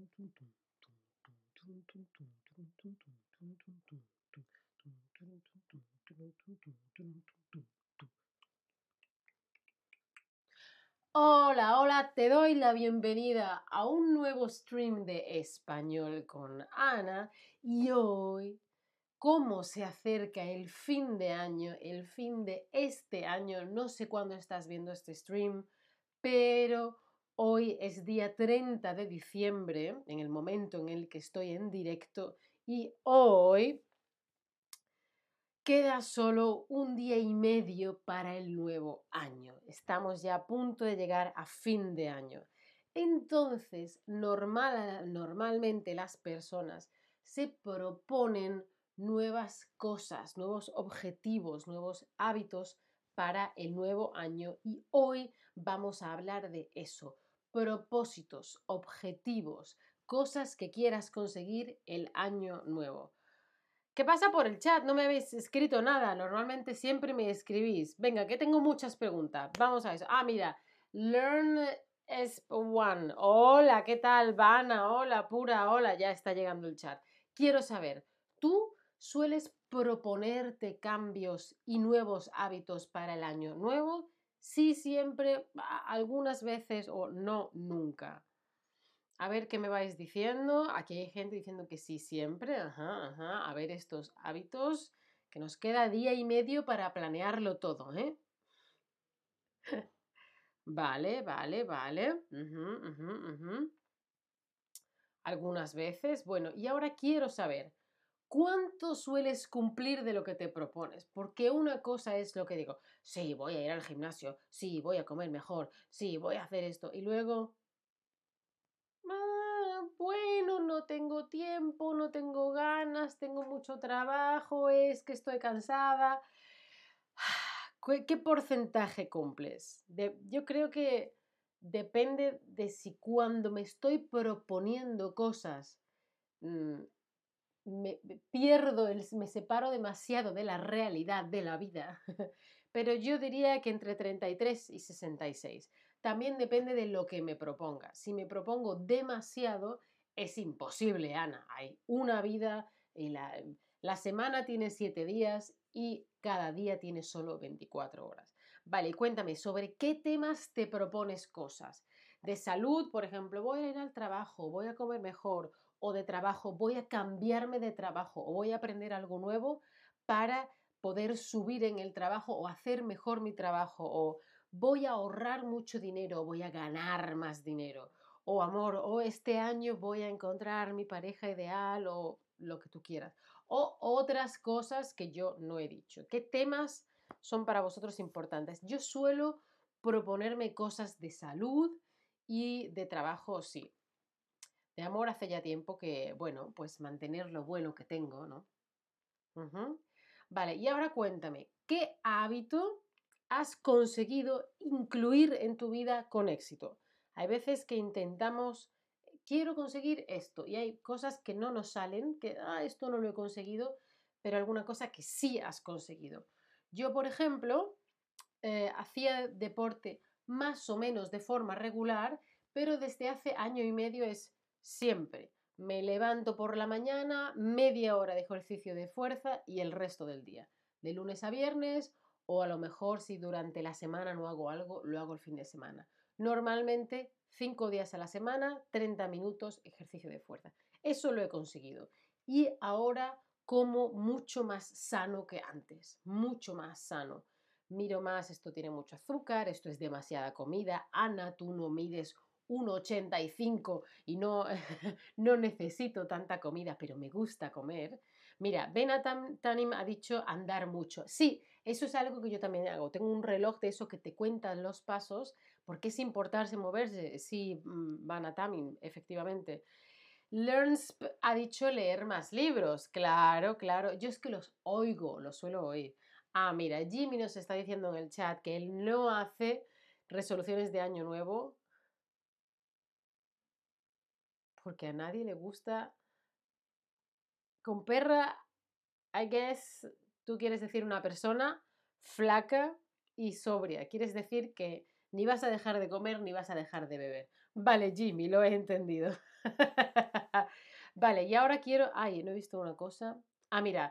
Hola, hola, te doy la bienvenida a un nuevo stream de español con Ana y hoy, como se acerca el fin de año, el fin de este año, no sé cuándo estás viendo este stream, pero hoy es día 30 de diciembre, en el momento en el que estoy en directo, y hoy queda solo un día y medio para el nuevo año. Estamos ya a punto de llegar a fin de año. Entonces, normalmente las personas se proponen nuevas cosas, nuevos objetivos, nuevos hábitos para el nuevo año y hoy vamos a hablar de eso. Propósitos, objetivos, cosas que quieras conseguir el año nuevo. ¿Qué pasa por el chat? No me habéis escrito nada. Normalmente siempre me escribís. Venga, que tengo muchas preguntas. Vamos a eso. Ah, mira. Learn es one. Hola, ¿qué tal, Vana? Hola, pura, hola. Ya está llegando el chat. Quiero saber, ¿tú sueles proponerte cambios y nuevos hábitos para el año nuevo? Sí, siempre, algunas veces o no, nunca. A ver qué me vais diciendo. Aquí hay gente diciendo que sí siempre. Ajá, ajá. A ver estos hábitos. Que nos queda día y medio para planearlo todo, ¿eh? Vale, vale, vale. Ujú, ujú, ujú. Algunas veces. Bueno, y ahora quiero saber, ¿cuánto sueles cumplir de lo que te propones? Porque una cosa es lo que digo, sí, voy a ir al gimnasio, sí, voy a comer mejor, sí, voy a hacer esto. Y luego, bueno, no tengo tiempo, no tengo ganas, tengo mucho trabajo, es que estoy cansada. ¿Qué porcentaje cumples? Yo creo que depende de si cuando me estoy proponiendo cosas mm, me pierdo, me separo demasiado de la realidad de la vida. Pero yo diría que entre 33 y 66. También depende de lo que me proponga. Si me propongo demasiado, es imposible, Ana. Hay una vida y la semana tiene 7 días y cada día tiene solo 24 horas. Vale, cuéntame, ¿sobre qué temas te propones cosas? De salud, por ejemplo, voy a ir al trabajo, voy a comer mejor, o de trabajo, voy a cambiarme de trabajo o voy a aprender algo nuevo para poder subir en el trabajo o hacer mejor mi trabajo o voy a ahorrar mucho dinero o voy a ganar más dinero o amor o este año voy a encontrar mi pareja ideal o lo que tú quieras o otras cosas que yo no he dicho. ¿Qué temas son para vosotros importantes? Yo suelo proponerme cosas de salud y de trabajo, sí. De amor hace ya tiempo que, bueno, pues mantener lo bueno que tengo, ¿no? Ujú. Vale, y ahora cuéntame, ¿qué hábito has conseguido incluir en tu vida con éxito? Hay veces que intentamos, quiero conseguir esto, y hay cosas que no nos salen, que, esto no lo he conseguido, pero alguna cosa que sí has conseguido. Yo, por ejemplo, hacía deporte más o menos de forma regular, pero desde hace año y medio es siempre. Me levanto por la mañana, media hora de ejercicio de fuerza y el resto del día. De lunes a viernes o a lo mejor si durante la semana no hago algo, lo hago el fin de semana. Normalmente 5 días a la semana, 30 minutos ejercicio de fuerza. Eso lo he conseguido. Y ahora como mucho más sano que antes, mucho más sano. Miro más, esto tiene mucho azúcar, esto es demasiada comida. Ana, tú no mides 1,85 y no, no necesito tanta comida, pero me gusta comer. Mira, Tanim ha dicho andar mucho. Sí, eso es algo que yo también hago. Tengo un reloj de eso que te cuentan los pasos, porque es importante moverse. Sí, Tanim, efectivamente. Learns ha dicho leer más libros. Claro, claro. Yo es que los oigo, los suelo oír. Ah, mira, Jimmy nos está diciendo en el chat que él no hace resoluciones de año nuevo porque a nadie le gusta. Con perra, I guess, tú quieres decir una persona flaca y sobria. Quieres decir que ni vas a dejar de comer ni vas a dejar de beber. Vale, Jimmy, lo he entendido. Vale, y ahora quiero. Ay, no he visto una cosa. Ah, mira,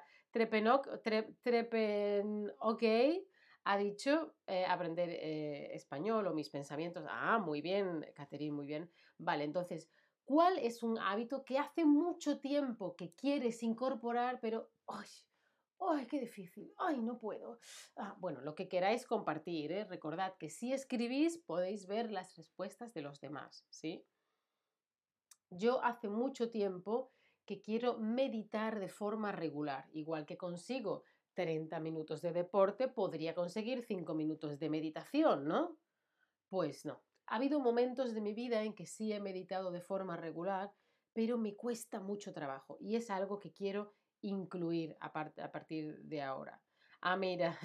ok ha dicho aprender español o mis pensamientos. Ah, muy bien, Catherine, muy bien. Vale, entonces, ¿cuál es un hábito que hace mucho tiempo que quieres incorporar, pero ¡ay! ¡Ay, qué difícil! ¡Ay, no puedo! Ah, bueno, lo que queráis compartir, ¿eh? Recordad que si escribís podéis ver las respuestas de los demás, ¿sí? Yo hace mucho tiempo que quiero meditar de forma regular, igual que consigo 30 minutos de deporte, podría conseguir 5 minutos de meditación, ¿no? Pues no. Ha habido momentos de mi vida en que sí he meditado de forma regular, pero me cuesta mucho trabajo y es algo que quiero incluir a partir de ahora. Ah, mira,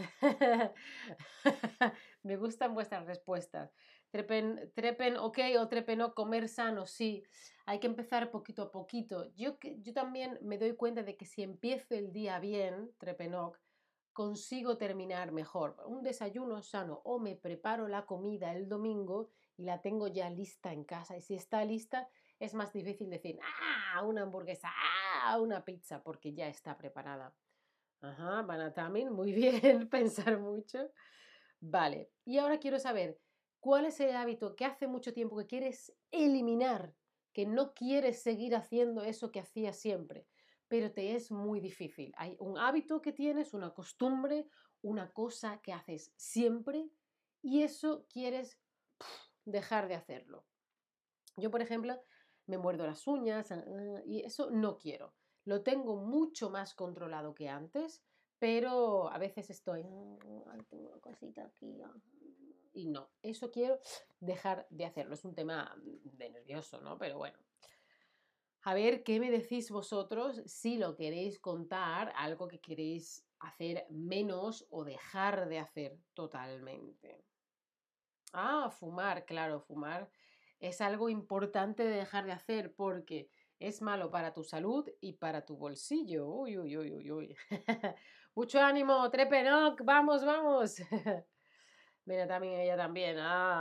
me gustan vuestras respuestas. Trepen, ok, o trepen, no, comer sano, sí. Hay que empezar poquito a poquito. Yo también me doy cuenta de que si empiezo el día bien, Trepenoc, consigo terminar mejor. Un desayuno sano o me preparo la comida el domingo y la tengo ya lista en casa. Y si está lista, es más difícil decir, ah, una hamburguesa, ah, una pizza, porque ya está preparada. Ajá, Banatamin, muy bien, pensar mucho. Vale, y ahora quiero saber, ¿cuál es el hábito que hace mucho tiempo que quieres eliminar, que no quieres seguir haciendo eso que hacías siempre, pero te es muy difícil? Hay un hábito que tienes, una costumbre, una cosa que haces siempre y eso quieres dejar de hacerlo. Yo, por ejemplo, me muerdo las uñas y eso no quiero. Lo tengo mucho más controlado que antes, pero a veces estoy, "Ay, tengo una cosita aquí, y no, eso quiero dejar de hacerlo. Es un tema de nervioso, ¿no? Pero bueno, a ver qué me decís vosotros si lo queréis contar, algo que queréis hacer menos o dejar de hacer totalmente. Ah, fumar, claro, fumar es algo importante de dejar de hacer porque es malo para tu salud y para tu bolsillo. Uy, uy, uy, uy, uy. Mucho ánimo, Trepenoc, vamos, vamos. Mira, también ella también.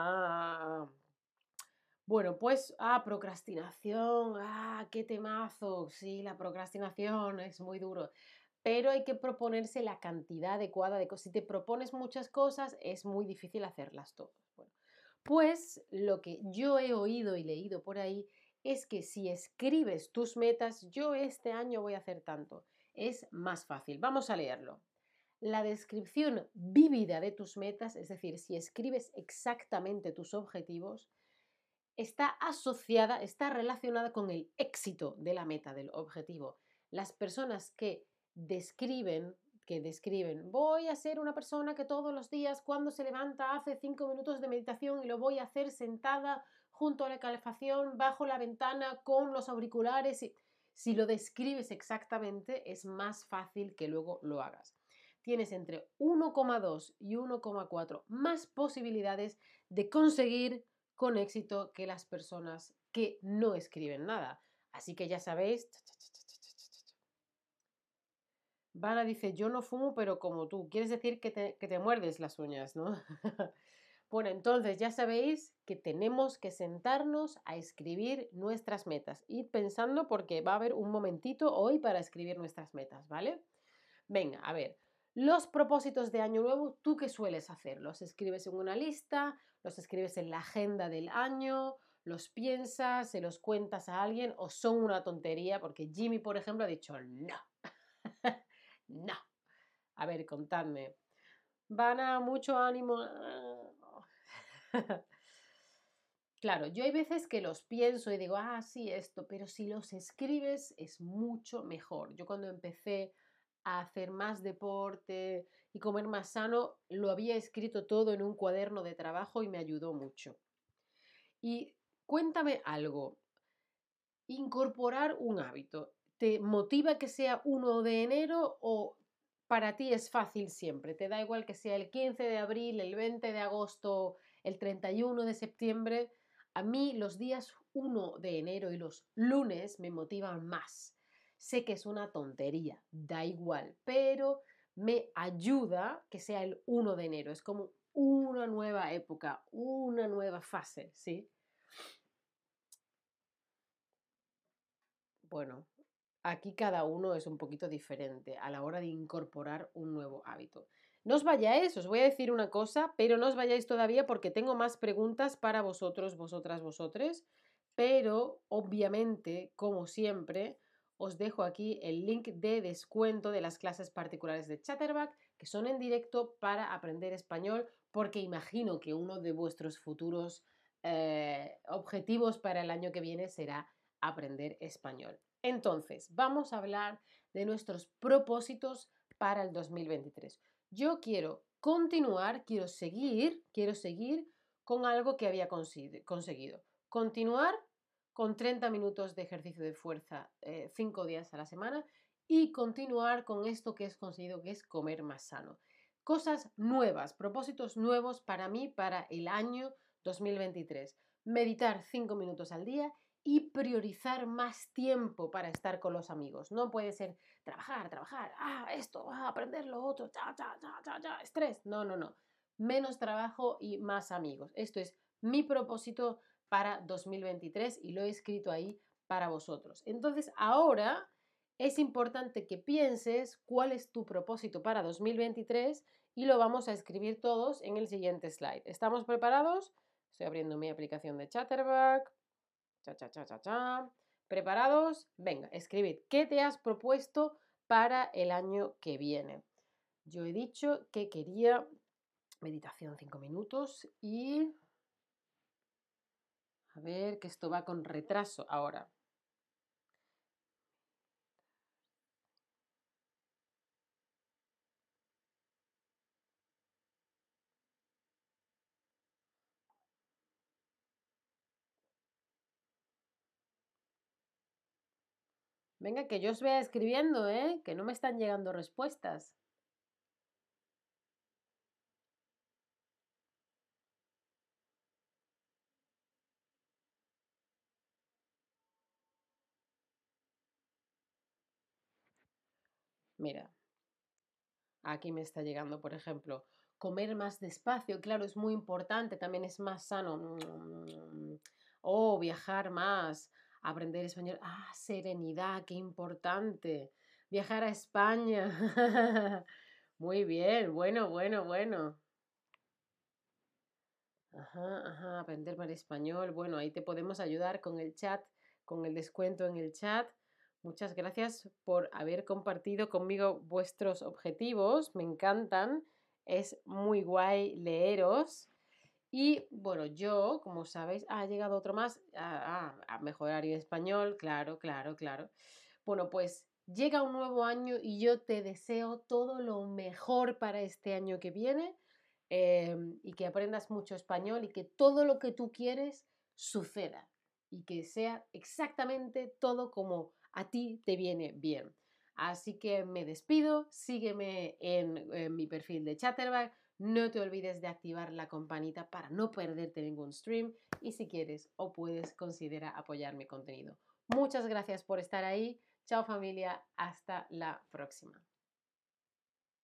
Bueno, pues, procrastinación, qué temazo. Sí, la procrastinación es muy duro. Pero hay que proponerse la cantidad adecuada de cosas. Si te propones muchas cosas, es muy difícil hacerlas todas. Bueno, pues lo que yo he oído y leído por ahí es que si escribes tus metas, yo este año voy a hacer tanto, es más fácil. Vamos a leerlo. La descripción vívida de tus metas, es decir, si escribes exactamente tus objetivos, está asociada, está relacionada con el éxito de la meta, del objetivo. Las personas que describen, voy a ser una persona que todos los días cuando se levanta hace 5 minutos de meditación y lo voy a hacer sentada junto a la calefacción, bajo la ventana, con los auriculares. Si lo describes exactamente, es más fácil que luego lo hagas. Tienes entre 1,2 y 1,4 más posibilidades de conseguir con éxito que las personas que no escriben nada. Así que ya sabéis. Vana dice, yo no fumo, pero como tú. Quieres decir que te muerdes las uñas, ¿no? Bueno, entonces ya sabéis que tenemos que sentarnos a escribir nuestras metas. Ir pensando porque va a haber un momentito hoy para escribir nuestras metas, ¿vale? Venga, a ver. Los propósitos de año nuevo, ¿tú qué sueles hacer? ¿Los escribes en una lista? ¿Los escribes en la agenda del año? ¿Los piensas? ¿Se los cuentas a alguien? ¿O son una tontería? Porque Jimmy, por ejemplo, ha dicho no. No. A ver, contadme. Van a mucho ánimo. Claro, yo hay veces que los pienso y digo, sí, esto, pero si los escribes es mucho mejor. Yo cuando empecé a hacer más deporte y comer más sano, lo había escrito todo en un cuaderno de trabajo y me ayudó mucho. Y cuéntame algo, incorporar un hábito, ¿te motiva que sea 1 de enero o para ti es fácil siempre? ¿Te da igual que sea el 15 de abril, el 20 de agosto, el 31 de septiembre? A mí los días 1 de enero y los lunes me motivan más. Sé que es una tontería, da igual, pero me ayuda que sea el 1 de enero. Es como una nueva época, una nueva fase, ¿sí? Bueno, aquí cada uno es un poquito diferente a la hora de incorporar un nuevo hábito. No os vayáis, os voy a decir una cosa, pero no os vayáis todavía porque tengo más preguntas para vosotros, vosotras, vosotres. Pero obviamente, como siempre, os dejo aquí el link de descuento de las clases particulares de Chatterback, que son en directo para aprender español, porque imagino que uno de vuestros futuros objetivos para el año que viene será aprender español. Entonces, vamos a hablar de nuestros propósitos para el 2023. Yo quiero continuar, quiero seguir con algo que había conseguido. Continuar con 30 minutos de ejercicio de fuerza 5 días a la semana y continuar con esto que he conseguido, que es comer más sano. Cosas nuevas, propósitos nuevos para mí para el año 2023. Meditar 5 minutos al día y priorizar más tiempo para estar con los amigos. No puede ser trabajar, trabajar, esto, aprender lo otro, estrés. No, no, no. Menos trabajo y más amigos. Esto es mi propósito para 2023 y lo he escrito ahí para vosotros. Entonces, ahora es importante que pienses cuál es tu propósito para 2023 y lo vamos a escribir todos en el siguiente slide. ¿Estamos preparados? Estoy abriendo mi aplicación de Chatterback. ¿Preparados? Venga, escribid. ¿Qué te has propuesto para el año que viene? Yo he dicho que quería meditación 5 minutos y... A ver, que esto va con retraso ahora. Venga, que yo os vea escribiendo, ¿eh? Que no me están llegando respuestas. Mira, aquí me está llegando, por ejemplo, comer más despacio, claro, es muy importante, también es más sano. O viajar más, aprender español. Serenidad, qué importante. Viajar a España. Muy bien, bueno, bueno, bueno. Ajá, ajá, aprender más español. Bueno, ahí te podemos ayudar con el chat, con el descuento en el chat. Muchas gracias por haber compartido conmigo vuestros objetivos. Me encantan. Es muy guay leeros. Y bueno, yo, como sabéis, ha llegado otro más. A mejorar el español. Claro, claro, claro. Bueno, pues llega un nuevo año y yo te deseo todo lo mejor para este año que viene y que aprendas mucho español y que todo lo que tú quieres suceda y que sea exactamente todo como a ti te viene bien. Así que me despido, sígueme en mi perfil de Chatterback, no te olvides de activar la campanita para no perderte ningún stream y si quieres o puedes considera apoyar mi contenido. Muchas gracias por estar ahí. Chao familia, hasta la próxima.